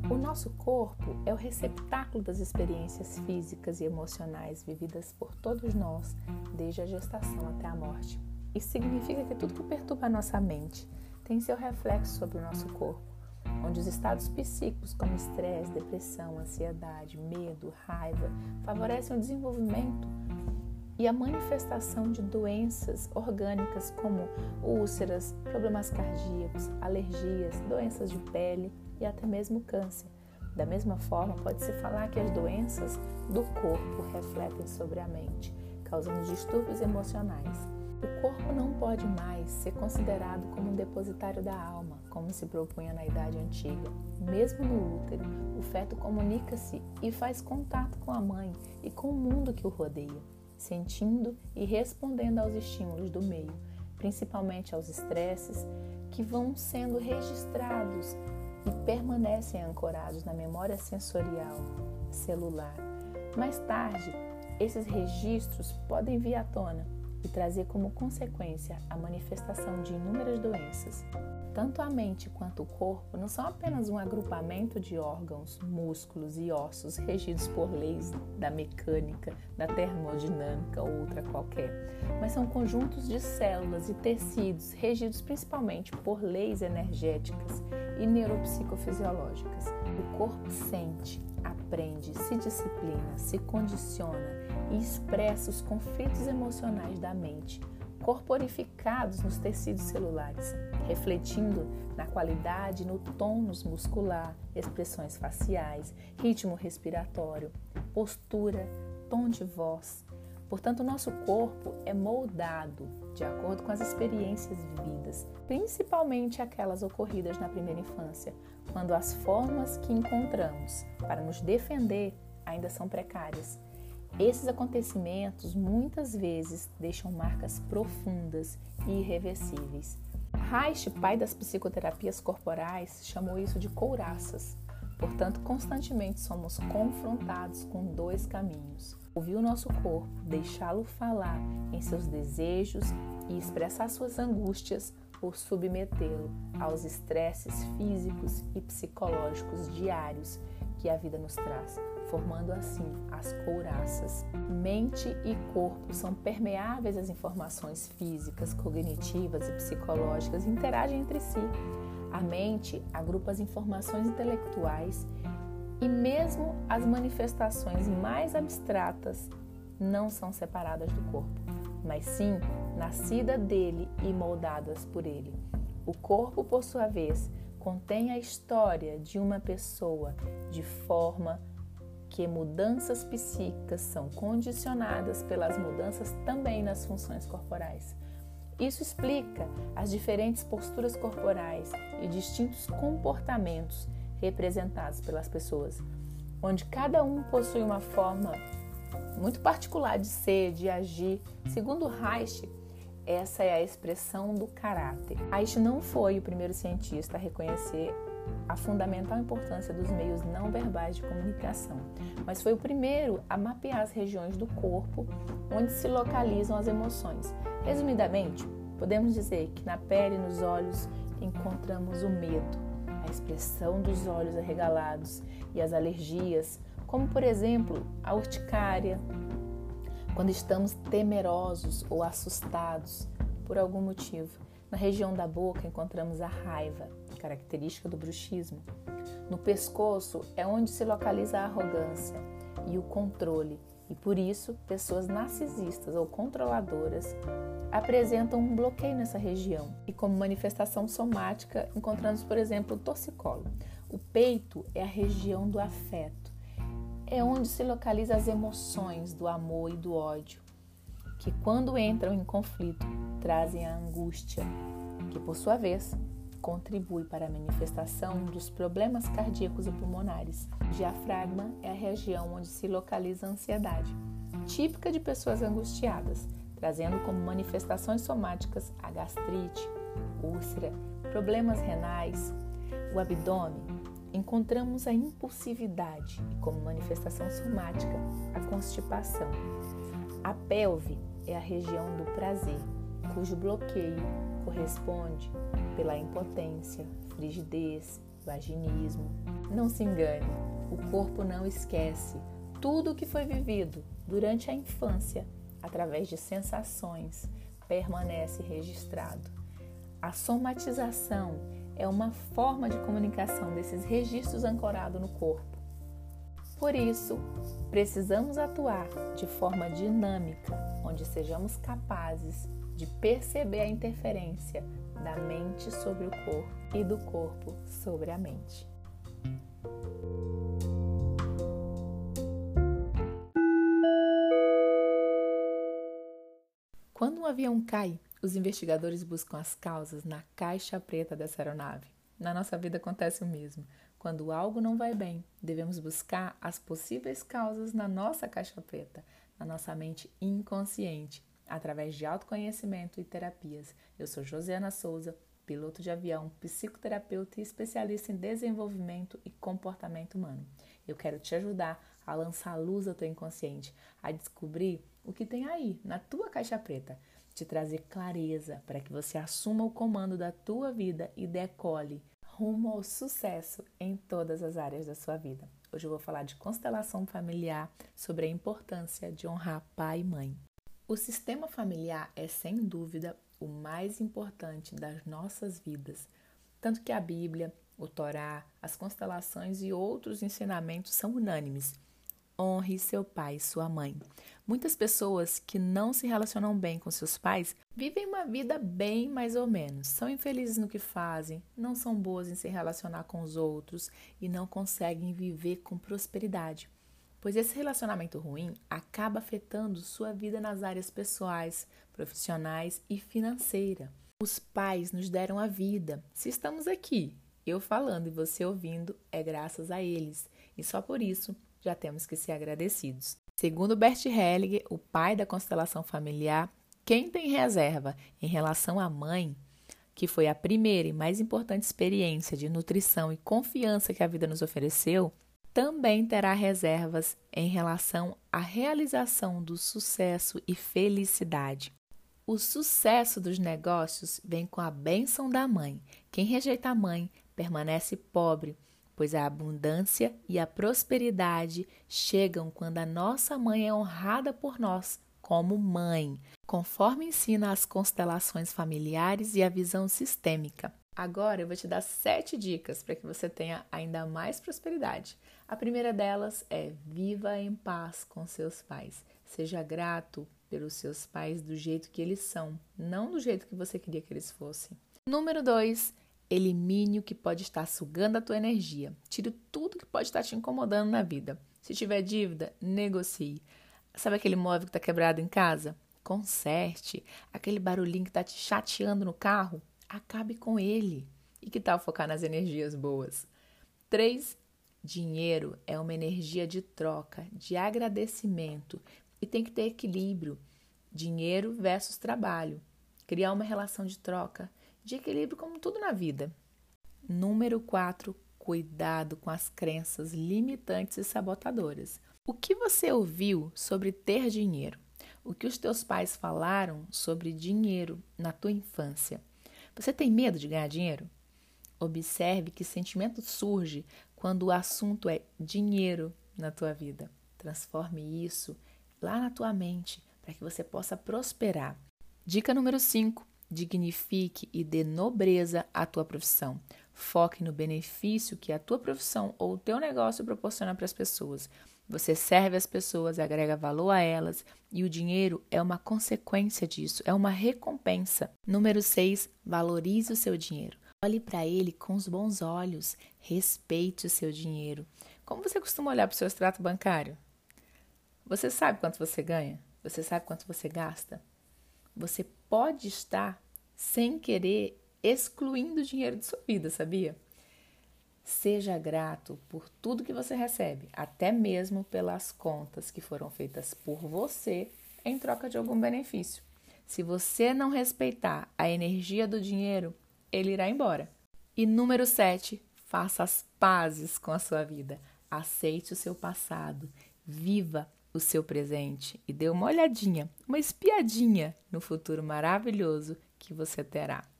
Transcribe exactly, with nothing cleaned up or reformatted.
O nosso corpo é o receptáculo das experiências físicas e emocionais vividas por todos nós, desde a gestação até a morte. Isso significa que tudo que perturba a nossa mente tem seu reflexo sobre o nosso corpo, onde os estados psíquicos como estresse, depressão, ansiedade, medo, raiva favorecem o desenvolvimento e a manifestação de doenças orgânicas como úlceras, problemas cardíacos, alergias, doenças de pele e até mesmo câncer. Da mesma forma, pode-se falar que as doenças do corpo refletem sobre a mente, causando distúrbios emocionais. O corpo não pode mais ser considerado como um depositário da alma, como se propunha na Idade Antiga. Mesmo no útero, o feto comunica-se e faz contato com a mãe e com o mundo que o rodeia, sentindo e respondendo aos estímulos do meio, principalmente aos estresses que vão sendo registrados e permanecem ancorados na memória sensorial celular. Mais tarde, esses registros podem vir à tona e trazer como consequência a manifestação de inúmeras doenças. Tanto a mente quanto o corpo não são apenas um agrupamento de órgãos, músculos e ossos regidos por leis da mecânica, da termodinâmica ou outra qualquer, mas são conjuntos de células e tecidos regidos principalmente por leis energéticas e neuropsicofisiológicas. O corpo sente, aprende, se disciplina, se condiciona e expressa os conflitos emocionais da mente, corporificados nos tecidos celulares, refletindo na qualidade e no tônus muscular, expressões faciais, ritmo respiratório, postura, tom de voz. Portanto, o nosso corpo é moldado de acordo com as experiências vividas, principalmente aquelas ocorridas na primeira infância, quando as formas que encontramos para nos defender ainda são precárias. Esses acontecimentos muitas vezes deixam marcas profundas e irreversíveis. Reich, pai das psicoterapias corporais, chamou isso de couraças. Portanto, constantemente somos confrontados com dois caminhos: ouvir o nosso corpo, deixá-lo falar em seus desejos e expressar suas angústias, ou submetê-lo aos estresses físicos e psicológicos diários que a vida nos traz, formando assim as couraças. Mente e corpo são permeáveis às informações físicas, cognitivas e psicológicas e interagem entre si. A mente agrupa as informações intelectuais e mesmo as manifestações mais abstratas não são separadas do corpo, mas sim nascida dele e moldadas por ele. O corpo, por sua vez, contém a história de uma pessoa, de forma que mudanças psíquicas são condicionadas pelas mudanças também nas funções corporais. Isso explica as diferentes posturas corporais e distintos comportamentos representados pelas pessoas, onde cada um possui uma forma muito particular de ser, de agir. Segundo Reich, essa é a expressão do caráter. Reich não foi o primeiro cientista a reconhecer a fundamental importância dos meios não verbais de comunicação, mas foi o primeiro a mapear as regiões do corpo onde se localizam as emoções. Resumidamente, podemos dizer que na pele e nos olhos encontramos o medo, a expressão dos olhos arregalados e as alergias, como por exemplo a urticária, quando estamos temerosos ou assustados por algum motivo. Na região da boca encontramos a raiva, característica do bruxismo. No pescoço é onde se localiza a arrogância e o controle, e por isso pessoas narcisistas ou controladoras apresentam um bloqueio nessa região. E como manifestação somática encontramos, por exemplo, o torcicolo. O peito é a região do afeto. É onde se localizam as emoções do amor e do ódio, que quando entram em conflito trazem a angústia, que por sua vez contribui para a manifestação dos problemas cardíacos e pulmonares. O diafragma é a região onde se localiza a ansiedade, típica de pessoas angustiadas, trazendo como manifestações somáticas a gastrite, úlcera, problemas renais. O abdômen, encontramos a impulsividade e como manifestação somática a constipação. A pelve é a região do prazer, cujo bloqueio corresponde pela impotência, frigidez, vaginismo. Não se engane, o corpo não esquece tudo o que foi vivido durante a infância, através de sensações, permanece registrado. A somatização é uma forma de comunicação desses registros ancorados no corpo. Por isso, precisamos atuar de forma dinâmica, onde sejamos capazes de perceber a interferência da mente sobre o corpo e do corpo sobre a mente. Quando um avião cai, os investigadores buscam as causas na caixa preta dessa aeronave. Na nossa vida acontece o mesmo. Quando algo não vai bem, devemos buscar as possíveis causas na nossa caixa preta, na nossa mente inconsciente, através de autoconhecimento e terapias. Eu sou Josiana Souza, piloto de avião, psicoterapeuta e especialista em desenvolvimento e comportamento humano. Eu quero te ajudar a lançar luz ao teu inconsciente, a descobrir o que tem aí, na tua caixa preta, te trazer clareza para que você assuma o comando da tua vida e decole rumo ao sucesso em todas as áreas da sua vida. Hoje eu vou falar de constelação familiar, sobre a importância de honrar pai e mãe. O sistema familiar é, sem dúvida, o mais importante das nossas vidas, tanto que a Bíblia, o Torá, as constelações e outros ensinamentos são unânimes. Honre seu pai e sua mãe. Muitas pessoas que não se relacionam bem com seus pais vivem uma vida bem mais ou menos. São infelizes no que fazem, não são boas em se relacionar com os outros e não conseguem viver com prosperidade. Pois esse relacionamento ruim acaba afetando sua vida nas áreas pessoais, profissionais e financeira. Os pais nos deram a vida. Se estamos aqui, eu falando e você ouvindo, é graças a eles. E só por isso já temos que ser agradecidos. Segundo Bert Hellinger, o pai da constelação familiar, quem tem reserva em relação à mãe, que foi a primeira e mais importante experiência de nutrição e confiança que a vida nos ofereceu, também terá reservas em relação à realização do sucesso e felicidade. O sucesso dos negócios vem com a bênção da mãe. Quem rejeita a mãe permanece pobre, pois a abundância e a prosperidade chegam quando a nossa mãe é honrada por nós como mãe, conforme ensina as constelações familiares e a visão sistêmica. Agora eu vou te dar sete dicas para que você tenha ainda mais prosperidade. A primeira delas é: viva em paz com seus pais. Seja grato pelos seus pais do jeito que eles são, não do jeito que você queria que eles fossem. Número dois, elimine o que pode estar sugando a tua energia. Tire tudo que pode estar te incomodando na vida. Se tiver dívida, negocie. Sabe aquele móvel que está quebrado em casa? Conserte. Aquele barulhinho que está te chateando no carro? Acabe com ele. E que tal focar nas energias boas? Três, dinheiro é uma energia de troca, de agradecimento. E tem que ter equilíbrio. Dinheiro versus trabalho. Criar uma relação de troca, de equilíbrio, como tudo na vida. Número quatro, cuidado com as crenças limitantes e sabotadoras. O que você ouviu sobre ter dinheiro? O que os teus pais falaram sobre dinheiro na tua infância? Você tem medo de ganhar dinheiro? Observe que sentimento surge quando o assunto é dinheiro na tua vida. Transforme isso lá na tua mente para que você possa prosperar. Dica número cinco. Dignifique e dê nobreza à tua profissão. Foque no benefício que a tua profissão ou o teu negócio proporciona para as pessoas. Você serve as pessoas, agrega valor a elas e o dinheiro é uma consequência disso, é uma recompensa. Número seis, valorize o seu dinheiro. Olhe para ele com os bons olhos, respeite o seu dinheiro. Como você costuma olhar para o seu extrato bancário? Você sabe quanto você ganha? Você sabe quanto você gasta? Você pode estar, sem querer, excluindo o dinheiro de sua vida, sabia? Seja grato por tudo que você recebe, até mesmo pelas contas que foram feitas por você em troca de algum benefício. Se você não respeitar a energia do dinheiro, ele irá embora. E número sete, faça as pazes com a sua vida. Aceite o seu passado, viva o seu presente e dê uma olhadinha, uma espiadinha no futuro maravilhoso que você terá.